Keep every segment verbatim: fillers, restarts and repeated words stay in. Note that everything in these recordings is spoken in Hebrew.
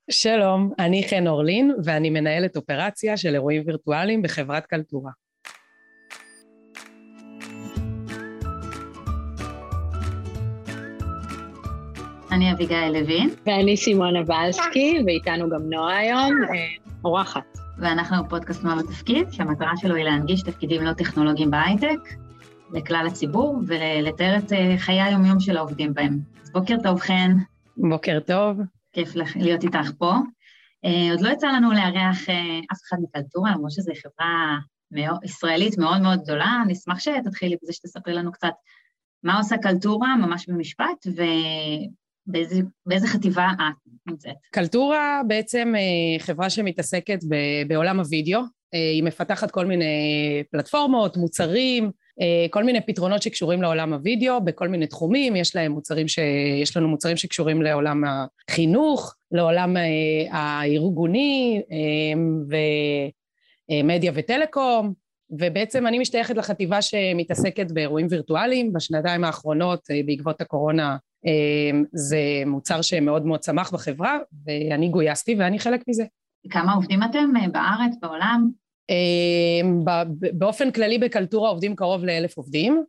שלום, אני חן אורלין ואני מנהלת אופרציה של אירועים וירטואליים בחברת קלטורה. אני אביגיל לוין. ואני סימונה בלסקי, ואיתנו גם נועה היום, אורחת. ואנחנו פודקאסט מה בתפקיד, שהמטרה שלו היא להנגיש תפקידים לא טכנולוגיים בהייטק, לכלל הציבור, ולתאר את חיי היום-יום של העובדים בהם. אז בוקר טוב, חן. בוקר טוב. כיף להיות איתך פה. עוד לא יצא לנו לארח אף אחד מקלטורה, למרות שזו חברה ישראלית מאוד מאוד גדולה. נשמח שתתחילי בזה שתספרי לנו קצת מה עושה קלטורה, ממש במשפט, ובאיזה באיזה חטיבה את נמצאת. קלטורה בעצם חברה שמתעסקת בעולם הוידאו, היא מפתחת כל מיני פלטפורמות, מוצרים, כל מיני פתרונות שקשורים לעולם הוידאו, בכל מיני תחומים. יש להם מוצרים ש... יש לנו מוצרים שקשורים לעולם החינוך, לעולם הארגוני, ומדיה וטלקום, ובעצם אני משתייכת לחטיבה שמתעסקת באירועים וירטואליים. בשנתיים האחרונות, בעקבות הקורונה, זה מוצר שמאוד מאוד צמח בחברה, ואני גויסתי ואני חלק מזה. כמה עובדים אתם בארץ, בעולם? באופן כללי בקלטורה עובדים קרוב לאלף עובדים,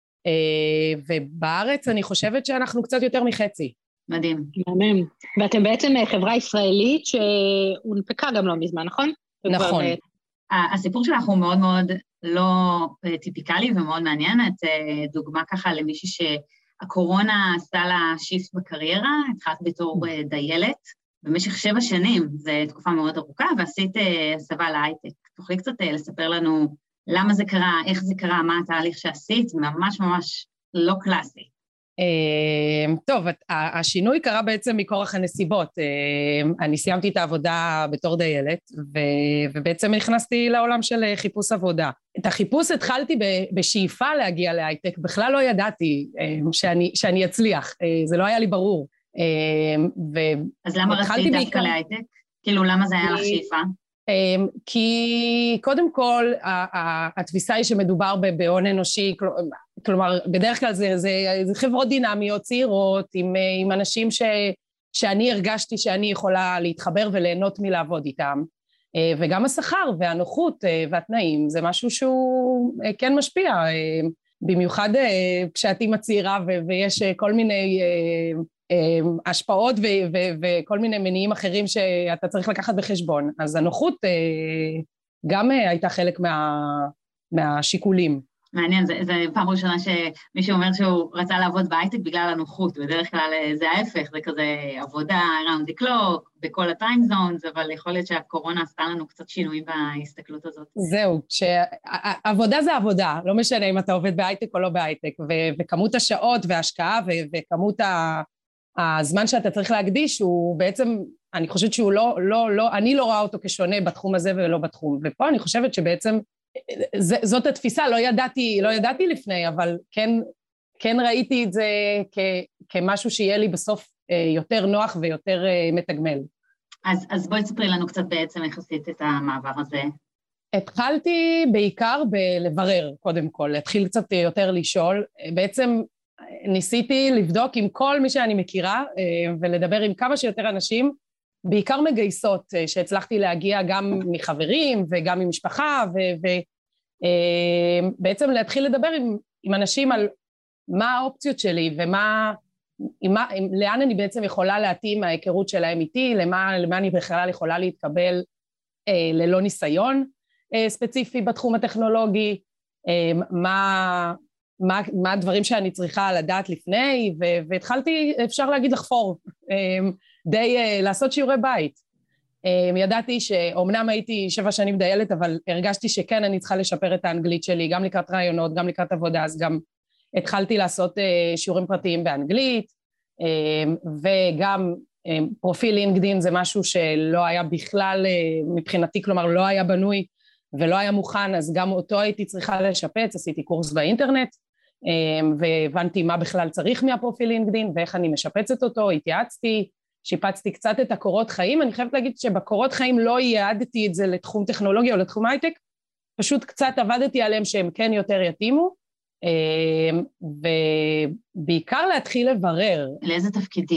ובארץ אני חושבת שאנחנו קצת יותר מחצי. מדהים. מדהים. ואתם בעצם חברה ישראלית שהונפקה גם לא מזמן, נכון? נכון. הסיפור שלך הוא מאוד מאוד לא טיפיקלי ומאוד מעניינת. דוגמה ככה למישהי שהקורונה עשתה לה שיפט בקריירה, התחלת בתור דיילת, במשך שבע שנים, זו תקופה מאוד ארוכה, ועשית הסבה להייטק. תוכלי קצת לספר לנו למה זה קרה, איך זה קרה, מה התהליך שעשית, ממש ממש לא קלאסי. טוב, השינוי קרה בעצם מכורח הנסיבות. אני סיימתי את העבודה בתור דיילת, ובעצם נכנסתי לעולם של חיפוש עבודה. את החיפוש התחלתי בשאיפה להגיע להייטק, בכלל לא ידעתי שאני, שאני אצליח, זה לא היה לי ברור. אז למה רצית דווקא להייטק? כאילו, למה זה היה לך שאיפה? כי קודם כל, התפיסה היא שמדובר בהון אנושי, כלומר, בדרך כלל זה, זה, זה חברות דינמיות, צעירות, עם, עם אנשים ש, שאני הרגשתי שאני יכולה להתחבר וליהנות מלעבוד איתם, וגם השכר והנוחות והתנאים, זה משהו שהוא כן משפיע, במיוחד כשאת אימא צעירה ויש כל מיני השפעות וכל מיני מניעים אחרים שאתה צריך לקחת בחשבון. אז הנוחות גם הייתה חלק מהשיקולים. מעניין, זה פעם ראשונה שמישהו אומר שהוא רצה לעבוד בהייטק בגלל הנוחות, בדרך כלל זה ההפך, זה כזה עבודה around the clock, בכל הטיים זונס, אבל יכול להיות שהקורונה עשתה לנו קצת שינוי בהסתכלות הזאת. זהו, שעבודה זה עבודה, לא משנה אם אתה עובד בהייטק או לא בהייטק, וכמות השעות וההשקעה וכמות ה... הזמן שאתה צריך להקדיש הוא בעצם, אני חושבת שהוא לא, לא, לא, אני לא רואה אותו כשונה בתחום הזה ולא בתחום, ופה אני חושבת שבעצם זה, זאת התפיסה, לא ידעתי, לא ידעתי לפני, אבל כן, כן ראיתי את זה כ, כמשהו שיהיה לי בסוף יותר נוח ויותר מתגמל. אז, אז בואי תספרי לנו קצת בעצם איך עשית את המעבר הזה. התחלתי בעיקר בלברר, קודם כל, להתחיל קצת יותר לשאול, בעצם ניסיתי לבדוק עם כל מי שאני מכירה ולדבר עם כמה שיותר אנשים, בעיקר מגייסות שהצלחתי להגיע גם מחברים וגם ממשפחה, ובעצם להתחיל לדבר עם, עם אנשים על מה האופציות שלי ומה, עם מה, עם, לאן אני בעצם יכולה להתאים ההיכרות שלהם איתי, למה, למה אני בכלל יכולה להתקבל ללא ניסיון ספציפי בתחום הטכנולוגי, מה... מה, מה הדברים שאני צריכה לדעת לפני, והתחלתי, אפשר להגיד, לחפור, די לעשות שיעורי בית. ידעתי שאומנם הייתי שבע שנים דיילת, אבל הרגשתי שכן אני צריכה לשפר את האנגלית שלי, גם לקראת רעיונות, גם לקראת עבודה, אז גם התחלתי לעשות שיעורים פרטיים באנגלית, וגם פרופיל לינקדין זה משהו שלא היה בכלל מבחינתי, כלומר לא היה בנוי, ולא היה מוכן, אז גם אותו הייתי צריכה לשפץ, עשיתי קורס באינטרנט, והבנתי מה בכלל צריך מהפרופיל לינקדין, ואיך אני משפצת אותו, התייעצתי, שיפצתי קצת את הקורות חיים. אני חייבת להגיד שבקורות חיים לא ייעדתי את זה לתחום טכנולוגיה או לתחום הייטק, פשוט קצת עבדתי עליהם שהם כן יותר יתאימו, ובעיקר להתחיל לברר. לאיזה תפקידים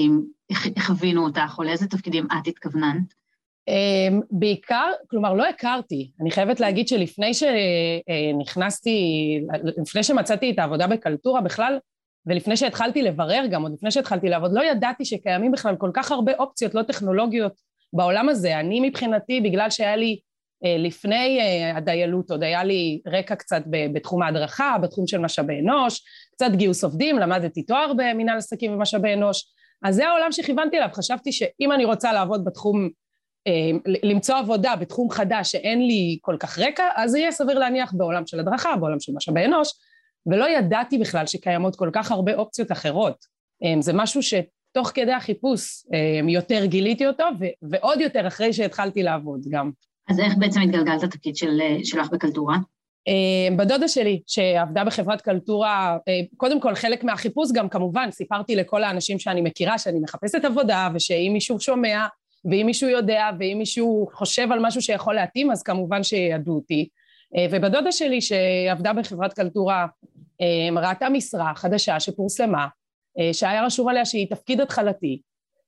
איך, איך הבינו אותך, או לאיזה תפקידים את התכווננת? בעיקר, כלומר, לא הכרתי. אני חייבת להגיד שלפני שנכנסתי, לפני שמצאתי את העבודה בקלטורה בכלל, ולפני שהתחלתי לברר גם, עוד לפני שהתחלתי לעבוד, לא ידעתי שקיימים בכלל כל כך הרבה אופציות לא טכנולוגיות בעולם הזה. אני מבחינתי, בגלל שהיה לי לפני הדיילות, עוד היה לי רקע קצת בתחום ההדרכה, בתחום של משאבי אנוש, קצת גיוס עובדים, למדתי תואר במנהל עסקים ומשאבי אנוש, אז זה העולם שכיוונתי אליו. חשבתי שאם אני רוצה לעבוד בתחום, למצוא עבודה בתחום חדש שאין לי כל כך רקע, אז יהיה סביר להניח בעולם של הדרכה, בעולם של משאבי אנוש, ולא ידעתי בכלל שקיימות כל כך הרבה אופציות אחרות. זה משהו שתוך כדי החיפוש יותר גיליתי אותו, ועוד יותר אחרי שהתחלתי לעבוד גם. אז איך בעצם התגלגלת התפקיד של, שלך בקלטורה? בדודה שלי, שעבדה בחברת קלטורה, קודם כל חלק מהחיפוש גם כמובן, סיפרתי לכל האנשים שאני מכירה, שאני מחפשת עבודה, ושאם מישהו שומע, ואם מישהו יודע, ואם מישהו חושב על משהו שיכול להתאים, אז כמובן שידעו אותי. ובדודה שלי שעבדה בחברת קלטורה, ראתה משרה חדשה שפורסמה, שהיה רשום עליה שהיא תפקיד התחלתי,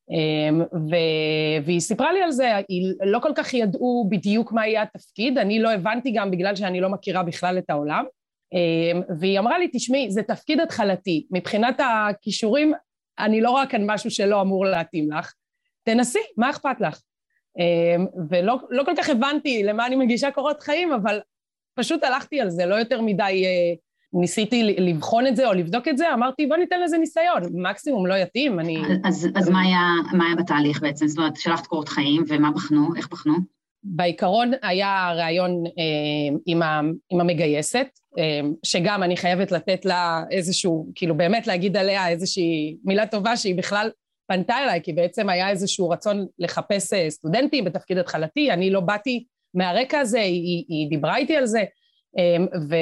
והיא סיפרה לי על זה, היא לא כל כך ידעו בדיוק מה יהיה התפקיד, אני לא הבנתי גם בגלל שאני לא מכירה בכלל את העולם, והיא אמרה לי, תשמעי, זה תפקיד התחלתי, מבחינת הכישורים, אני לא רואה כאן משהו שלא אמור להתאים לך, תנסי, מה אכפת לך? ולא לא כל כך הבנתי למה אני מגישה קורות חיים, אבל פשוט הלכתי על זה, לא יותר מדי ניסיתי לבחון את זה או לבדוק את זה, אמרתי בוא ניתן לזה ניסיון, מקסימום לא יתאים, אני... אז, אז מה היה, מה היה בתהליך בעצם? זאת אומרת, שלחת קורות חיים, ומה בחנו? איך בחנו? בעיקרון היה רעיון אה, עם, ה, עם המגייסת, אה, שגם אני חייבת לתת לה איזשהו, כאילו באמת להגיד עליה איזושהי מילה טובה שהיא בכלל פנתה אליי, כי בעצם היה איזשהו רצון לחפש סטודנטים בתפקיד התחלתי, אני לא באתי מהרקע הזה, היא, היא דיברה איתי על זה, ו,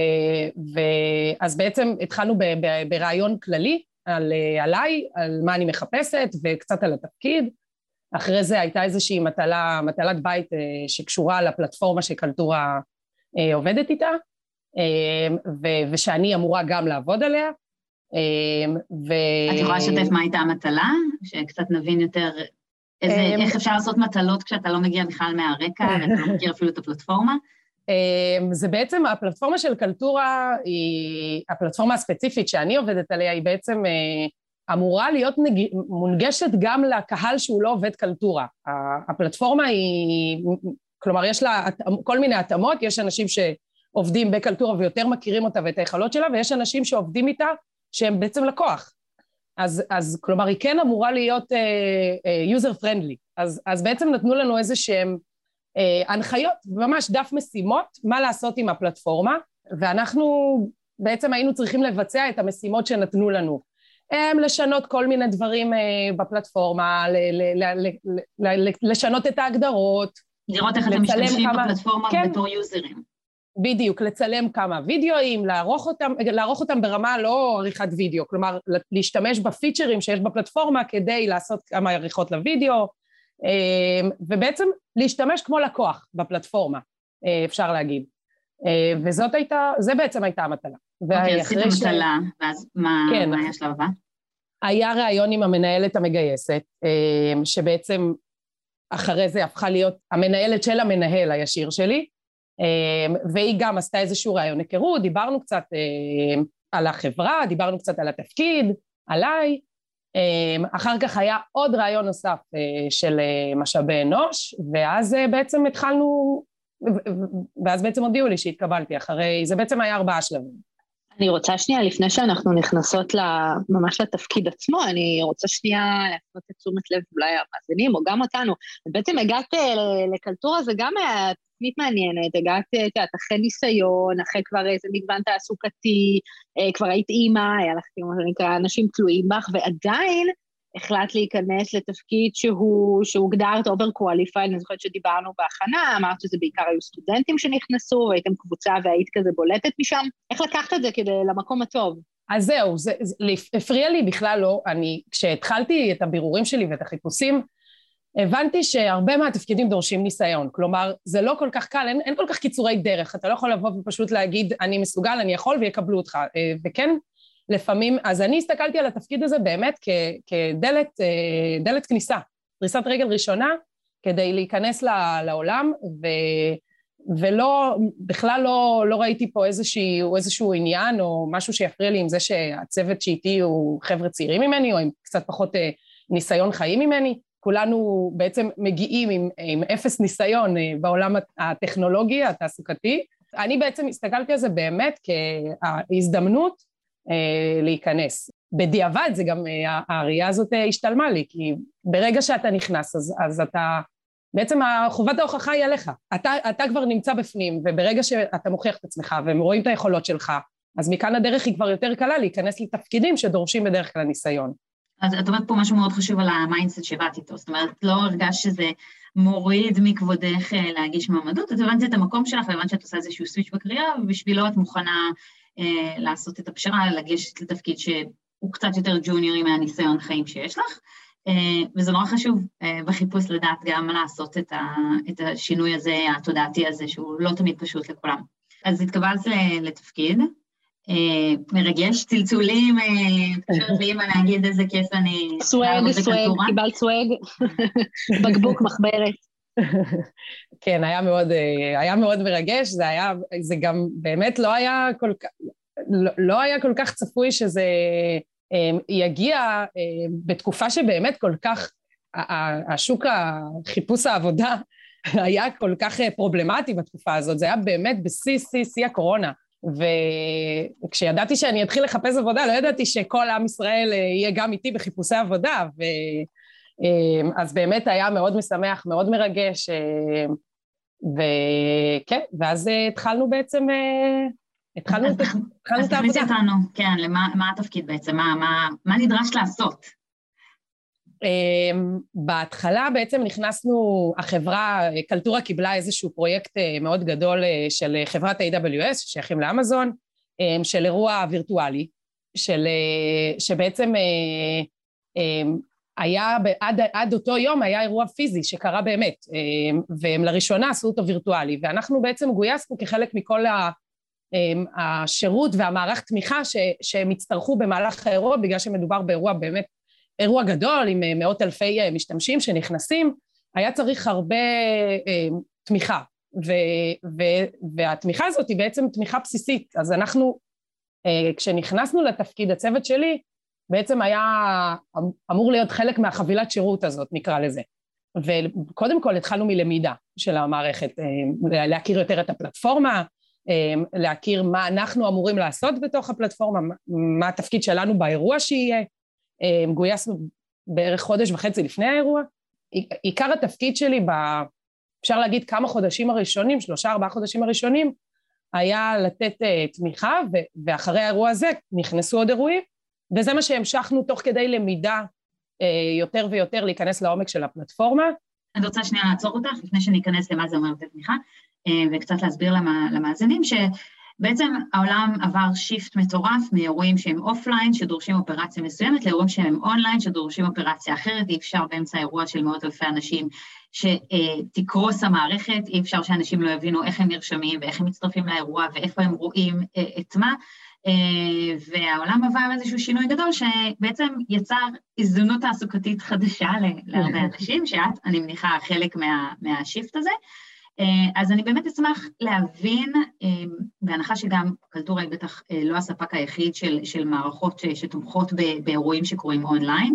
ואז בעצם התחלנו ב, ב, ברעיון כללי על, עליי, על מה אני מחפשת וקצת על התפקיד, אחרי זה הייתה איזושהי מטלה, מטלת בית שקשורה לפלטפורמה שקלטורה עובדת איתה, ו, ושאני אמורה גם לעבוד עליה, ו... את יכולה לשתף מה הייתה המטלה? שקצת נבין יותר איזה, איך אפשר לעשות מטלות כשאתה לא מגיע בכלל מהרקע, ואתה לא מכיר אפילו את הפלטפורמה? זה בעצם, הפלטפורמה של קלטורה, היא, הפלטפורמה הספציפית שאני עובדת עליה, היא בעצם אמורה להיות נג... מונגשת גם לקהל שהוא לא עובד קלטורה. הפלטפורמה היא, כלומר יש לה כל מיני התאמות, יש אנשים שעובדים בקלטורה ויותר מכירים אותה ואת היכולות שלה, ויש אנשים שעובדים איתה שהם בעצם לקוח. אז, אז כלומר היא כן אמורה להיות uh, uh, user friendly. אז, אז בעצם נתנו לנו איזה שהם uh, הנחיות, ממש דף משימות, מה לעשות עם הפלטפורמה, ואנחנו בעצם היינו צריכים לבצע את המשימות שנתנו לנו. הם לשנות כל מיני דברים uh, בפלטפורמה, ל, ל, ל, ל, ל, ל, לשנות את ההגדרות. לראות איך אתם משתמשים כמה... בפלטפורמה כן. בתור יוזרים. בדיוק, לצלם כמה וידאוים, לערוך אותם, לערוך אותם ברמה לא עריכת וידאו, כלומר להשתמש בפיצ'רים שיש בפלטפורמה כדי לעשות כמה עריכות לוידאו, ובעצם להשתמש כמו לקוח בפלטפורמה, אפשר להגיד. וזאת הייתה, זה בעצם הייתה המטלה. אוקיי, עשית המטלה, ואז מה היה השלב הבא? היה ראיון עם המנהלת המגייסת, שבעצם אחרי זה הפכה להיות המנהלת של המנהל הישיר שלי, והיא גם עשתה איזשהו רעיון היכרות, דיברנו קצת על החברה, דיברנו קצת על התפקיד, עליי, אחר כך היה עוד רעיון נוסף של משאבי אנוש, ואז בעצם התחלנו, ואז בעצם הודיעו לי שהתקבלתי אחרי, זה בעצם היה ארבעה שלבים. אני רוצה שנייה, לפני שאנחנו נכנסות ממש לתפקיד עצמו, אני רוצה שנייה להפנות את תשומת לב אולי המאזינים, או גם אותנו. בעצם הגעת לקלטורה, זה גם היה תפנית מעניינת, הגעת אחרי ניסיון, אחרי כבר איזה מגוון תעסוקתי, כבר היית אימא, היה לך נקרא אנשים תלויים בך, ועדיין החלט להיכנס לתפקיד שהוא, שהוגדרת אובר קואליפייד, אני זוכרת שדיברנו בהכנה, אמרת שזה בעיקר היו סטודנטים שנכנסו, והייתם קבוצה והיית כזה בולטת משם, איך לקחת את זה כדי למקום הטוב? אז זהו, זה, זה, הפריע לי בכלל לא, אני, כשהתחלתי את הבירורים שלי ואת החיפושים, הבנתי שהרבה מהתפקידים דורשים ניסיון, כלומר, זה לא כל כך קל, אין, אין כל כך קיצורי דרך, אתה לא יכול לבוא ופשוט להגיד, אני מסוגל, אני יכול, ויקבלו אותך, וכן, לפעמים, אז אני הסתכלתי על התפקיד הזה באמת כ- כדלת דלת כניסה, דריסת רגל ראשונה, כדי להיכנס לעולם, ו... ולא, בכלל לא, לא ראיתי פה איזשהו, איזשהו עניין או משהו שיפריע לי עם זה שהצוות שאיתי הוא חבר'ה צעירים ממני, או עם קצת פחות אה, ניסיון חיים ממני. כולנו בעצם מגיעים עם, עם אפס ניסיון אה, בעולם הטכנולוגי, התעסוקתי. אני בעצם הסתכלתי על זה באמת כהזדמנות אה, להיכנס. בדיעבד זה גם, אה, הראייה הזאת אה, השתלמה לי, כי ברגע שאתה נכנס, אז, אז אתה... בעצם חובת ההוכחה היא עליך, אתה, אתה כבר נמצא בפנים, וברגע שאתה מוכיח את עצמך, והם רואים את היכולות שלך, אז מכאן הדרך היא כבר יותר קלה, להיכנס לתפקידים שדורשים בדרך כלל ניסיון. אז את אומרת פה משהו מאוד חשוב על המיינדסט שבאת איתו, זאת אומרת, לא הרגש שזה מוריד מכבודך להגיש מעמדות, את הבנת את המקום שלך, והבנת שאת עושה איזשהו סוויץ' בקריירה, ובשבילו את מוכנה אה, לעשות את הפשרה, לגשת לתפקיד שהוא קצת יותר ג'וניורי מהניסיון חיים שיש לך, וזה נורא חשוב בחיפוש לדעת גם לעשות את השינוי הזה, התודעתי הזה, שהוא לא תמיד פשוט לכולם. אז התקבלת לתפקיד, מרגש, צלצולים, תקשרת לי אמא להגיד איזה כיף אני... סווג, סווג, קיבלת סווג, בקבוק מחברת. כן, היה מאוד, היה מאוד מרגש, זה היה, זה גם באמת לא היה כל כך, לא היה כל כך צפוי שזה... יגיע בתקופה שבאמת כל כך, השוק החיפוש העבודה היה כל כך פרובלמטי בתקופה הזאת, זה היה באמת בשיא, שיא, שיא הקורונה, וכשידעתי שאני אתחיל לחפש עבודה, לא ידעתי שכל עם ישראל יהיה גם איתי בחיפושי עבודה, אז באמת היה מאוד משמח, מאוד מרגש, וכן, ואז התחלנו בעצם... התחלנו את העבודה. אז תכניסי אותנו, כן, למה התפקיד בעצם, מה נדרש לעשות? בהתחלה בעצם נכנסנו, החברה, קלטורה קיבלה איזשהו פרויקט מאוד גדול של חברת איי דאבליו אס, ששייכים לאמזון, של אירוע וירטואלי, שבעצם היה, עד אותו יום היה אירוע פיזי שקרה באמת, והם לראשונה עשו אותו וירטואלי, ואנחנו בעצם גויסנו כחלק מכל ה... השירות והמערך תמיכה ש, שהם הצטרכו במהלך האירוע, בגלל שמדובר באירוע באמת, אירוע גדול עם מאות אלפי משתמשים שנכנסים, היה צריך הרבה תמיכה, ו, ו, והתמיכה הזאת היא בעצם תמיכה בסיסית, אז אנחנו, כשנכנסנו לתפקיד הצוות שלי, בעצם היה אמור להיות חלק מהחבילת שירות הזאת, נקרא לזה, וקודם כל התחלנו מלמידה של המערכת, להכיר יותר את הפלטפורמה, להכיר מה אנחנו אמורים לעשות בתוך הפלטפורמה, מה התפקיד שלנו באירוע שיהיה, גויסנו בערך חודש וחצי לפני האירוע, עיקר התפקיד שלי, אפשר להגיד כמה חודשים הראשונים, שלושה ארבעה חודשים הראשונים, היה לתת תמיכה, ואחרי האירוע הזה נכנסו עוד אירועים, וזה מה שהמשכנו תוך כדי למידה יותר ויותר להיכנס לעומק של הפלטפורמה. אני רוצה שנייה לעצור אותך, לפני שניכנס למה זה אומר לתת תמיכה, וקצת להסביר למאזינים, שבעצם העולם עבר שיפט מטורף מאירועים שהם אופליין, שדורשים אופרציה מסוימת, לאירועים שהם אונליין, שדורשים אופרציה אחרת, אי אפשר באמצע האירוע של מאות אלפי אנשים שתקרוס המערכת, אי אפשר שאנשים לא יבינו איך הם נרשמים, ואיך הם מצטרפים לאירוע, ואיפה הם רואים את מה, והעולם עבר איזשהו שינוי גדול, שבעצם יצר הזדמנות תעסוקתית חדשה להרבה אנשים, שאת, אני מניחה, חלק מהשיפט הזה, אז אני באמת אשמח להבין, בהנחה שגם קלטורה היא בטח לא הספק היחיד של, של מערכות שתומכות באירועים שקורים אונליין,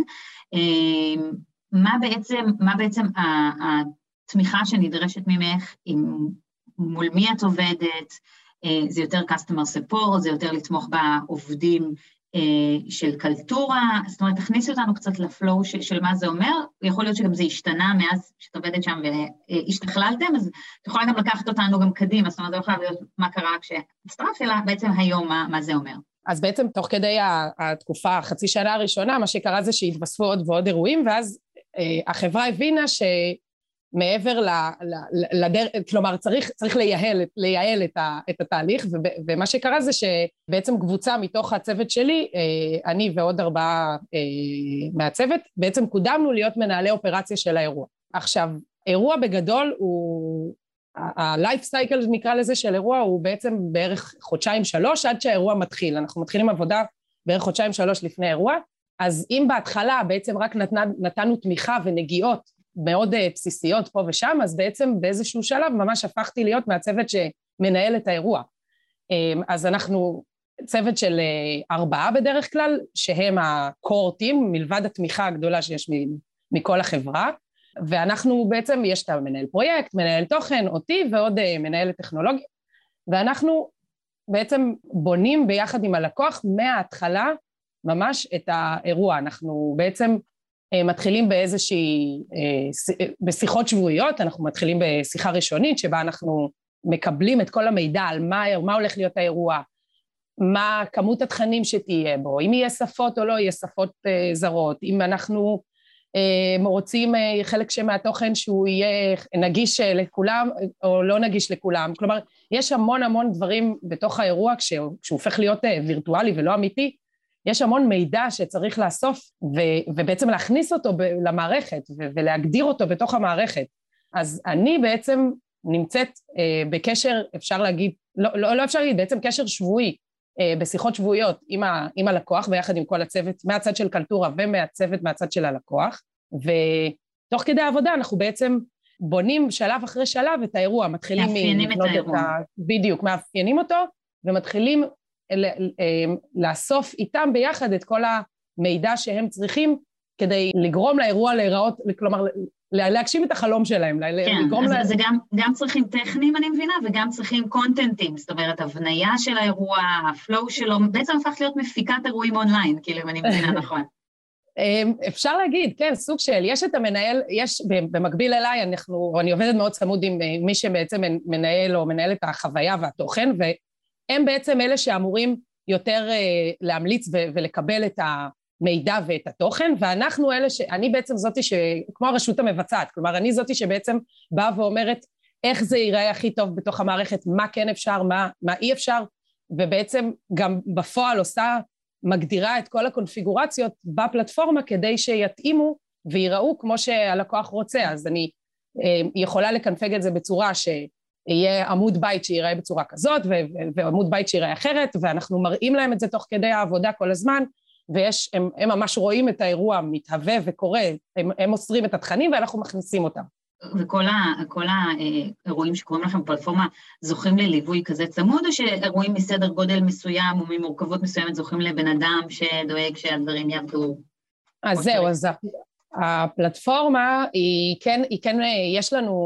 מה בעצם, מה בעצם התמיכה שנדרשת ממך, מול מי את עובדת, זה יותר customer support, זה יותר לתמוך בעובדים של קלטורה, זאת אומרת, תכניסי אותנו קצת לפלואו של מה זה אומר, יכול להיות שגם זה השתנה מאז שאת עובדת שם והשתכללתם, אז את יכולה גם לקחת אותנו גם קדימה, זאת אומרת, זה לא חייב להיות מה קרה כשהצטרפת, אלא בעצם היום מה, מה זה אומר. אז בעצם תוך כדי התקופה, החצי שנה הראשונה, מה שקרה זה שהתווספו עוד ועוד אירועים, ואז החברה הבינה ש... מעבר לדרך, כלומר צריך, צריך לייעל, לייעל את, ה, את התהליך, ומה שקרה זה שבעצם קבוצה מתוך הצוות שלי, אני ועוד ארבעה מהצוות, בעצם קודמנו להיות מנהלי אופרציה של האירוע. עכשיו, אירוע בגדול הוא, ה-life cycle נקרא לזה של אירוע, הוא בעצם בערך חודשיים שלוש עד שהאירוע מתחיל. אנחנו מתחילים עבודה בערך חודשיים שלוש לפני אירוע, אז אם בהתחלה בעצם רק נתנה, נתנו תמיכה ונגיעות מאוד בסיסיות פה ושם, אז בעצם באיזשהו שלב ממש הפכתי להיות מהצוות שמנהל את האירוע. אז אנחנו צוות של ארבעה בדרך כלל, שהם ה-core team, מלבד התמיכה הגדולה שיש מכל החברה, ואנחנו בעצם, יש את המנהל פרויקט, מנהל תוכן, אותי ועוד מנהל טכנולוגיה, ואנחנו בעצם בונים ביחד עם הלקוח מההתחלה ממש את האירוע. אנחנו בעצם מתחילים באיזושהי, בשיחות שבועיות, אנחנו מתחילים בשיחה ראשונית שבה אנחנו מקבלים את כל המידע על מה, מה הולך להיות האירוע, מה כמות התכנים שתהיה בו, אם יהיה שפות או לא יהיה שפות זרות, אם אנחנו רוצים חלק שמהתוכן שהוא יהיה נגיש לכולם או לא נגיש לכולם, כלומר יש המון המון דברים בתוך האירוע כשהוא, כשהוא הופך להיות וירטואלי ולא אמיתי, יש המון מידע שצריך לאסוף ו, ובעצם להכניס אותו ב, למערכת ו, ולהגדיר אותו בתוך המערכת. אז אני בעצם נמצאת אה, בקשר, אפשר להגיד, לא, לא, לא אפשר להגיד, בעצם קשר שבועי, אה, בשיחות שבועיות עם, ה, עם הלקוח ויחד עם כל הצוות, מהצד של קלטורה ומהצוות מהצד של הלקוח, ותוך כדי העבודה אנחנו בעצם בונים שלב אחרי שלב את האירוע, מתחילים מאפיינים את האירוע. את ה, בדיוק, מאפיינים אותו ומתחילים לאסוף איתם ביחד את כל המידע שהם צריכים כדי לגרום לאירוע להיראות, כלומר להגשים את החלום שלהם. כן, אז לה... זה גם, גם צריכים טכנים אני מבינה, וגם צריכים קונטנטים, זאת אומרת הבנייה של האירוע, הפלואו שלו, בעצם הפך להיות מפיקת אירועים אונליין, כאילו אם אני מבינה נכון. אפשר להגיד, כן, סוג של, יש את המנהל, יש במקביל אליי, אנחנו, אני עובדת מאוד צמוד עם מי שבעצם מנהל או מנהל את החוויה והתוכן, ו... הם בעצם אלה שאמורים יותר uh, להמליץ ו- ולקבל את המידע ואת התוכן, ואנחנו אלה ש... אני בעצם זאתי ש... כמו הרשות המבצעת, כלומר אני זאתי שבעצם באה ואומרת איך זה ייראה הכי טוב בתוך המערכת, מה כן אפשר, מה, מה אי אפשר, ובעצם גם בפועל עושה, מגדירה את כל הקונפיגורציות בפלטפורמה כדי שיתאימו ויראו כמו שהלקוח רוצה, אז אני uh, יכולה לקנפג את זה בצורה ש... יהיה עמוד בית שיראה בצורה כזאת, ו- ועמוד בית שיראה אחרת, ואנחנו מראים להם את זה תוך כדי העבודה כל הזמן, ויש, הם, הם ממש רואים את האירוע מתהווה וקורה, הם, הם מוסרים את התכנים ואנחנו מכניסים אותם. וכל ה, כל האירועים שקוראים לכם בפלטפורמה, זוכים לליווי כזה צמוד, או שאירועים מסדר גודל מסוים, או ממורכבות מסוימת, זוכים לבן אדם שדואג שהדברים יעבדו? אז זהו, אז הפלטפורמה היא כן, היא כן, יש לנו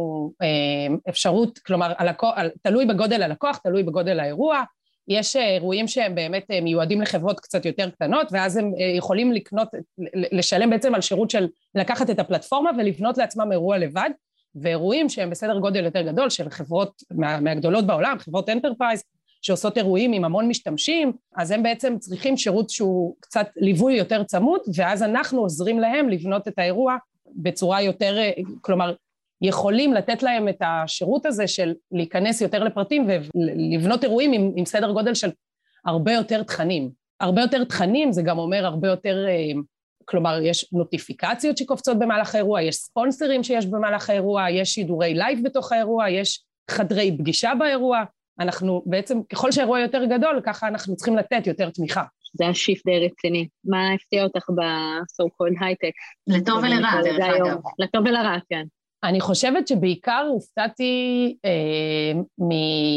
אפשרות, כלומר, תלוי בגודל הלקוח, תלוי בגודל האירוע, יש אירועים שהם באמת מיועדים לחברות קצת יותר קטנות, ואז הם יכולים לקנות, לשלם בעצם על שירות של לקחת את הפלטפורמה ולבנות לעצמם אירוע לבד, ואירועים שהם בסדר גודל יותר גדול, של חברות מה, מהגדולות בעולם, חברות אנטרפרייז, שעושות אירועים עם המון משתמשים, אז הם בעצם צריכים שירות שהוא קצת ליווי יותר צמוד, ואז אנחנו עוזרים להם לבנות את האירוע בצורה יותר, כלומר, יכולים לתת להם את השירות הזה של להיכנס יותר לפרטים ולבנות אירועים עם, עם סדר גודל של הרבה יותר תכנים. הרבה יותר תכנים זה גם אומר הרבה יותר, כלומר יש נוטיפיקציות שקופצות במהלך האירוע, יש ספונסרים שיש במהלך האירוע, יש שידורי לייב בתוך האירוע, יש חדרי פגישה באירוע, אנחנו בעצם ככל שהאירוע יותר גדול ככה אנחנו צריכים לתת יותר תמיכה. זה השיפט די רציני. מה הפתיע אותך ב-so called high-tech? לטוב ולרע, דרך אגב. לטוב ולרע, כן. אני חושבת שבעיקר הופתעתי אה, מ,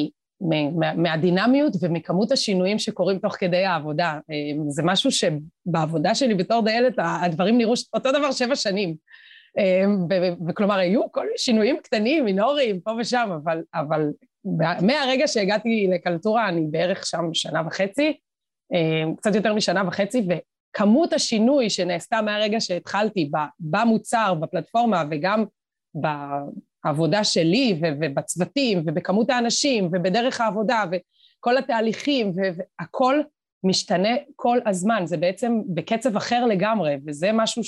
מ, מה, מהדינמיות ומכמות השינויים שקורים תוך כדי העבודה. אה, זה משהו שבעבודה שלי בתור דיילת, הדברים נראו אותו דבר שבע שנים. אה, ו, וכלומר, היו כל שינויים קטנים, מינוריים, פה ושם, אבל, אבל מהרגע שהגעתי לקלטורה, אני בערך שם שנה וחצי, אה, קצת יותר משנה וחצי, וכמות השינוי שנעשתה מהרגע שהתחלתי במוצר, בפלטפורמה, וגם בעבודה שלי ובצוותים ובכמות האנשים ובדרך העבודה וכל התהליכים והכל משתנה כל הזמן, זה בעצם בקצב אחר לגמרי, וזה משהו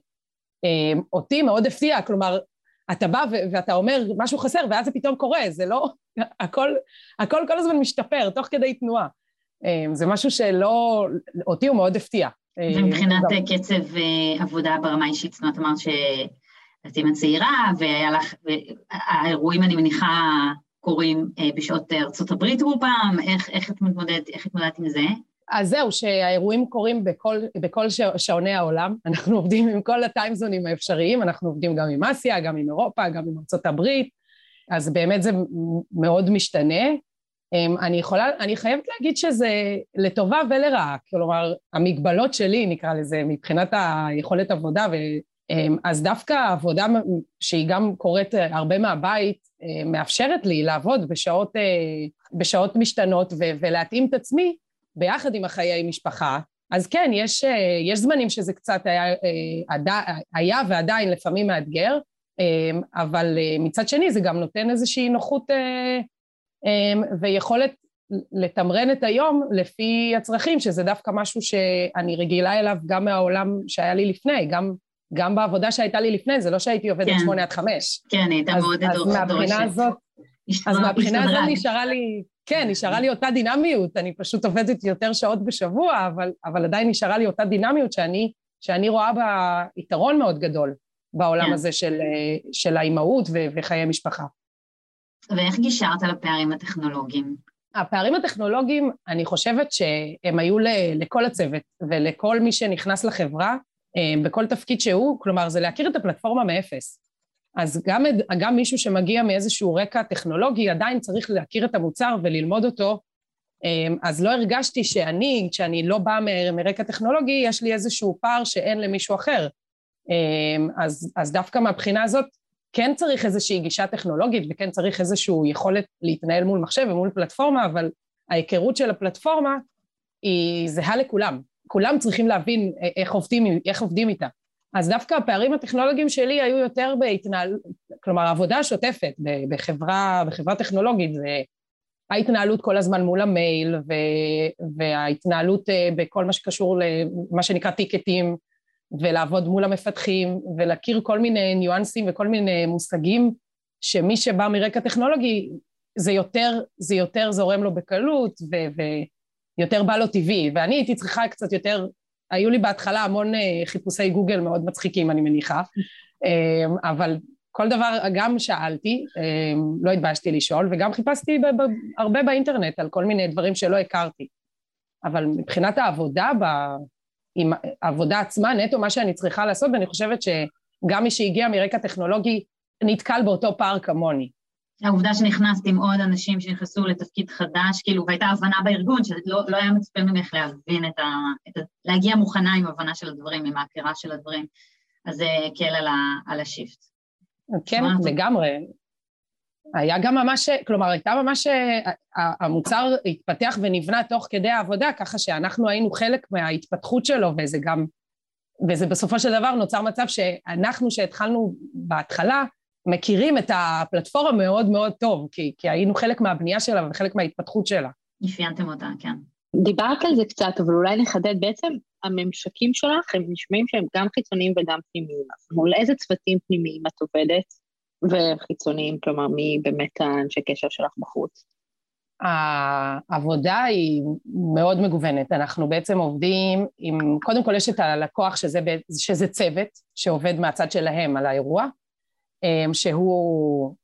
שאותי מאוד הפתיע, כלומר, אתה בא ואתה אומר משהו חסר ואז זה פתאום קורה, זה לא, הכל, הכל כל הזמן משתפר תוך כדי תנועה, זה משהו שלא, אותי הוא מאוד הפתיע. ומבחינת קצב עבודה ברמה אישית, זאת אומרת, אמרת ש... את אימא צעירה, והאירועים אני מניחה קורים בשעות ארצות הברית רובם, איך, איך את מתמודדת, איך התמודדת עם זה? אז זהו, שהאירועים קורים בכל, בכל שעוני העולם, אנחנו עובדים עם כל הטיימזונים האפשריים, אנחנו עובדים גם עם אסיה, גם עם אירופה, גם עם ארצות הברית, אז באמת זה מאוד משתנה. אני יכולה, אני חייבת להגיד שזה לטובה ולרעה, כלומר, המגבלות שלי, נקרא לזה, מבחינת היכולת עבודה, ו, אז דווקא העבודה שהיא גם קורית הרבה מהבית, מאפשרת לי לעבוד בשעות, בשעות משתנות ולהתאים את עצמי, ביחד עם החיי משפחה. אז כן, יש, יש זמנים שזה קצת היה, היה ועדיין לפעמים מאתגר, אבל מצד שני זה גם נותן איזושהי נוחות ויכולת לתמרן את היום לפי הצרכים, שזה דווקא משהו שאני רגילה אליו גם מהעולם שהיה לי לפני, גם, גם בעבודה שהייתה לי לפני, זה לא שהייתי עובדת כן. שמונה עד חמש. כן, הייתה מאוד דורשת. אז מהבחינה הזאת, אז מהבחינה הזאת נשארה לי, כן, נשארה לי אותה דינמיות, אני פשוט עובדת יותר שעות בשבוע, אבל, אבל עדיין נשארה לי אותה דינמיות שאני, שאני רואה בה יתרון מאוד גדול בעולם כן. הזה של, של האימהות ו, וחיי משפחה. ואיך גישרת על הפערים הטכנולוגיים? הפערים הטכנולוגיים, אני חושבת שהם היו לכל הצוות ולכל מי שנכנס לחברה, בכל תפקיד שהוא, כלומר זה להכיר את הפלטפורמה מאפס. אז גם, גם מישהו שמגיע מאיזשהו רקע טכנולוגי, עדיין צריך להכיר את המוצר וללמוד אותו, אז לא הרגשתי שאני, כשאני לא באה מרקע טכנולוגי, יש לי איזשהו פער שאין למישהו אחר. אז, אז דווקא מהבחינה הזאת, כן צריך איזושהי גישה טכנולוגית, וכן צריך איזשהו יכולת להתנהל מול מחשב ומול פלטפורמה, אבל ההיכרות של הפלטפורמה היא זהה לכולם. כולם צריכים להבין איך עובדים, איך עובדים איתה. אז דווקא הפערים הטכנולוגיים שלי היו יותר בהתנהלות, כלומר, העבודה השוטפת בחברה, בחברה טכנולוגית, זה ההתנהלות כל הזמן מול המייל, וההתנהלות בכל מה שקשור למה שנקרא טיקטים, ולעבוד מול המפתחים, ולהכיר כל מיני ניואנסים וכל מיני מושגים, שמי שבא מרקע טכנולוגי, זה יותר, זה יותר זורם לו בקלות, ויותר בא לו טבעי, ואני הייתי צריכה קצת יותר, היו לי בהתחלה המון חיפושי גוגל מאוד מצחיקים, אני מניחה, אבל כל דבר גם שאלתי, לא התביישתי לשאול, וגם חיפשתי הרבה באינטרנט, על כל מיני דברים שלא הכרתי, אבל מבחינת העבודה ב... עם העבודה עצמה, נטו מה שאני צריכה לעשות, ואני חושבת שגם מי שהגיע מרקע טכנולוגי, נתקל באותו פער כמוני. העובדה שנכנסת עם עוד אנשים שנכנסו לתפקיד חדש, כאילו, והייתה הבנה בארגון, שלא לא היה מצפה ממך להבין את ה... את ה להגיע מוכנה עם הבנה של הדברים, עם ההכרה של הדברים, אז זה קל על, ה, על השיפט. כן, לגמרי. היה גם ממש, כלומר, הייתה ממש, המוצר התפתח ונבנה תוך כדי העבודה, ככה שאנחנו היינו חלק מההתפתחות שלו, וזה גם, וזה בסופו של דבר נוצר מצב שאנחנו שהתחלנו בהתחלה, מכירים את הפלטפורמה מאוד מאוד טוב, כי, כי היינו חלק מהבנייה שלה וחלק מההתפתחות שלה. נפיינתם אותה, כן. דיברת על זה קצת, אבל אולי נחדד, בעצם הממשקים שלך הם נשמעים שהם גם חיצוניים וגם פנימיים, אז מול איזה צוותים פנימיים את עובדת? וחיצוניים, כלומר, מי באמת האנשי קשר שלך בחוץ? העבודה היא מאוד מגוונת, אנחנו בעצם עובדים עם, קודם כל יש את הלקוח שזה, שזה צוות שעובד מהצד שלהם על האירוע, שהוא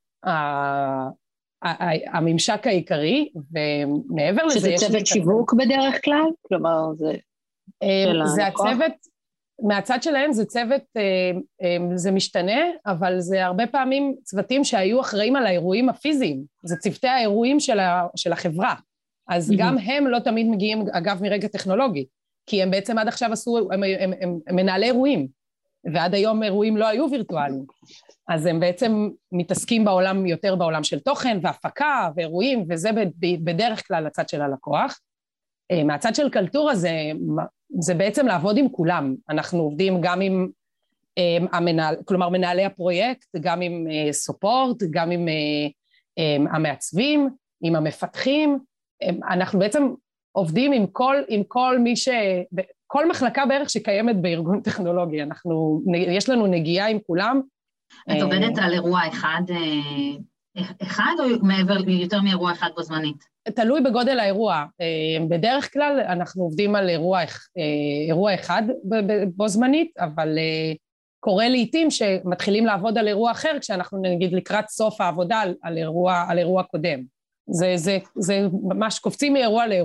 הממשק העיקרי, ומעבר לזה יש... שזה צוות שיווק בדרך כלל? כלומר, זה... זה הצוות... מהצד שלהם זה צוות, זה משתנה, אבל זה הרבה פעמים צוותים שהיו אחראים על האירועים הפיזיים, זה צוותי האירועים של, ה, של החברה, אז mm-hmm. גם הם לא תמיד מגיעים, אגב, מרגע טכנולוגי, כי הם בעצם עד עכשיו עשו, הם, הם, הם, הם מנהלי אירועים, ועד היום אירועים לא היו וירטואליים, אז הם בעצם מתעסקים בעולם, יותר בעולם של תוכן והפקה ואירועים, וזה בדרך כלל הצד של הלקוח. מהצד של קלטורה זה... זה בעצם לעבוד עם כולם, אנחנו עובדים גם עם um, המנהל, כלומר מנהלי הפרויקט, גם עם uh, סופורט, גם עם uh, um, המעצבים, עם המפתחים, um, אנחנו בעצם עובדים עם כל, עם כל מי ש... כל מחלקה בערך שקיימת בארגון טכנולוגי, אנחנו, יש לנו נגיעה עם כולם. את עובדת על אירוע אחד, אחד או מעבר, יותר מאירוע אחד בו זמנית? תלוי בגודל האירוע, בדרך כלל אנחנו עובדים על אירוע, אירוע אחד בו זמנית, אבל קורה לעתים שמתחילים לעבוד על אירוע אחר, כשאנחנו נגיד לקראת סוף העבודה על, על, אירוע, על אירוע קודם. זה, זה, זה ממש קופצים מאירוע לאירוע.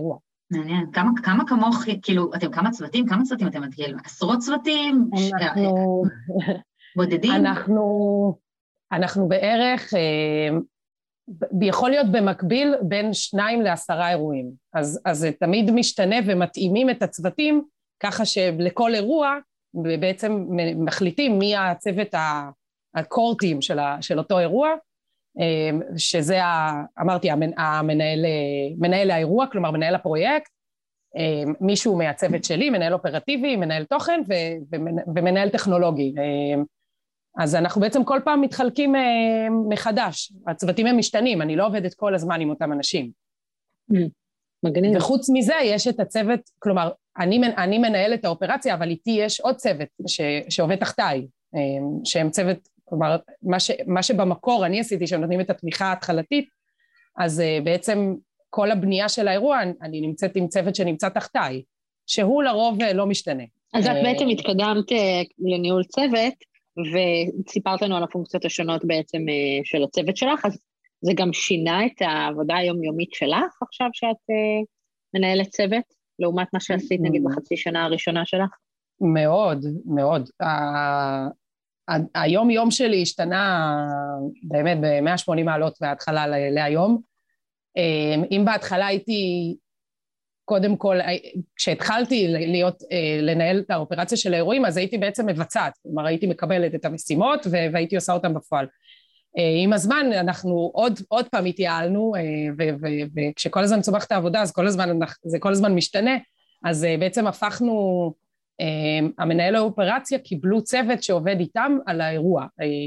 מעניין. כמה, כמה כמוך, כאילו, אתם כמה צוותים? כמה צוותים אתם כאילו? עשרות צוותים? אנחנו... בודדים? אנחנו, אנחנו בערך, יכול להיות במקביל בין שניים לעשרה אירועים. אז, אז זה תמיד משתנה ומתאימים את הצוותים, ככה שלכל אירוע בעצם מחליטים מי הצוות הקורטים של, של אותו אירוע, שזה, אמרתי, המנהל, מנהל האירוע, כלומר מנהל הפרויקט, מישהו מהצוות שלי, מנהל אופרטיבי, מנהל תוכן ומנהל טכנולוגי. אז אנחנו בעצם כל פעם מתחלקים מחדש, הצוותים הם משתנים, אני לא עובדת כל הזמן עם אותם אנשים. מגניב. וחוץ מזה יש את הצוות, כלומר, אני, אני מנהלת האופרציה, אבל איתי יש עוד צוות ש, שעובד תחתיי, שהם צוות, כלומר, מה, ש, מה שבמקור אני עשיתי, שהם נותנים את התמיכה ההתחלתית, אז בעצם כל הבנייה של האירוע, אני נמצאת עם צוות שנמצא תחתיי, שהוא לרוב לא משתנה. אז את בעצם התקדמת לניהול צוות, וסיפרת לנו על הפונקציות השונות בעצם של הצוות שלך, אז זה גם שינה את העבודה היומיומית שלך, עכשיו שאת מנהלת צוות, לעומת מה שעשית נגיד בחצי שנה הראשונה שלך? מאוד, מאוד. היום יום שלי השתנה באמת ב-מאה ושמונים מעלות מההתחלה להיום. אם בהתחלה הייתי, קודם כל, כשהתחלתי להיות, לנהל את האופרציה של האירועים, אז הייתי בעצם מבצעת, כלומר הייתי מקבלת את המשימות והייתי עושה אותם בפועל. עם הזמן אנחנו עוד, עוד פעם התייעלנו, וכשכל הזמן צומחת העבודה, אז כל הזמן, זה כל הזמן משתנה, אז בעצם הפכנו, המנהל האופרציה קיבלו צוות שעובד איתם על האירוע.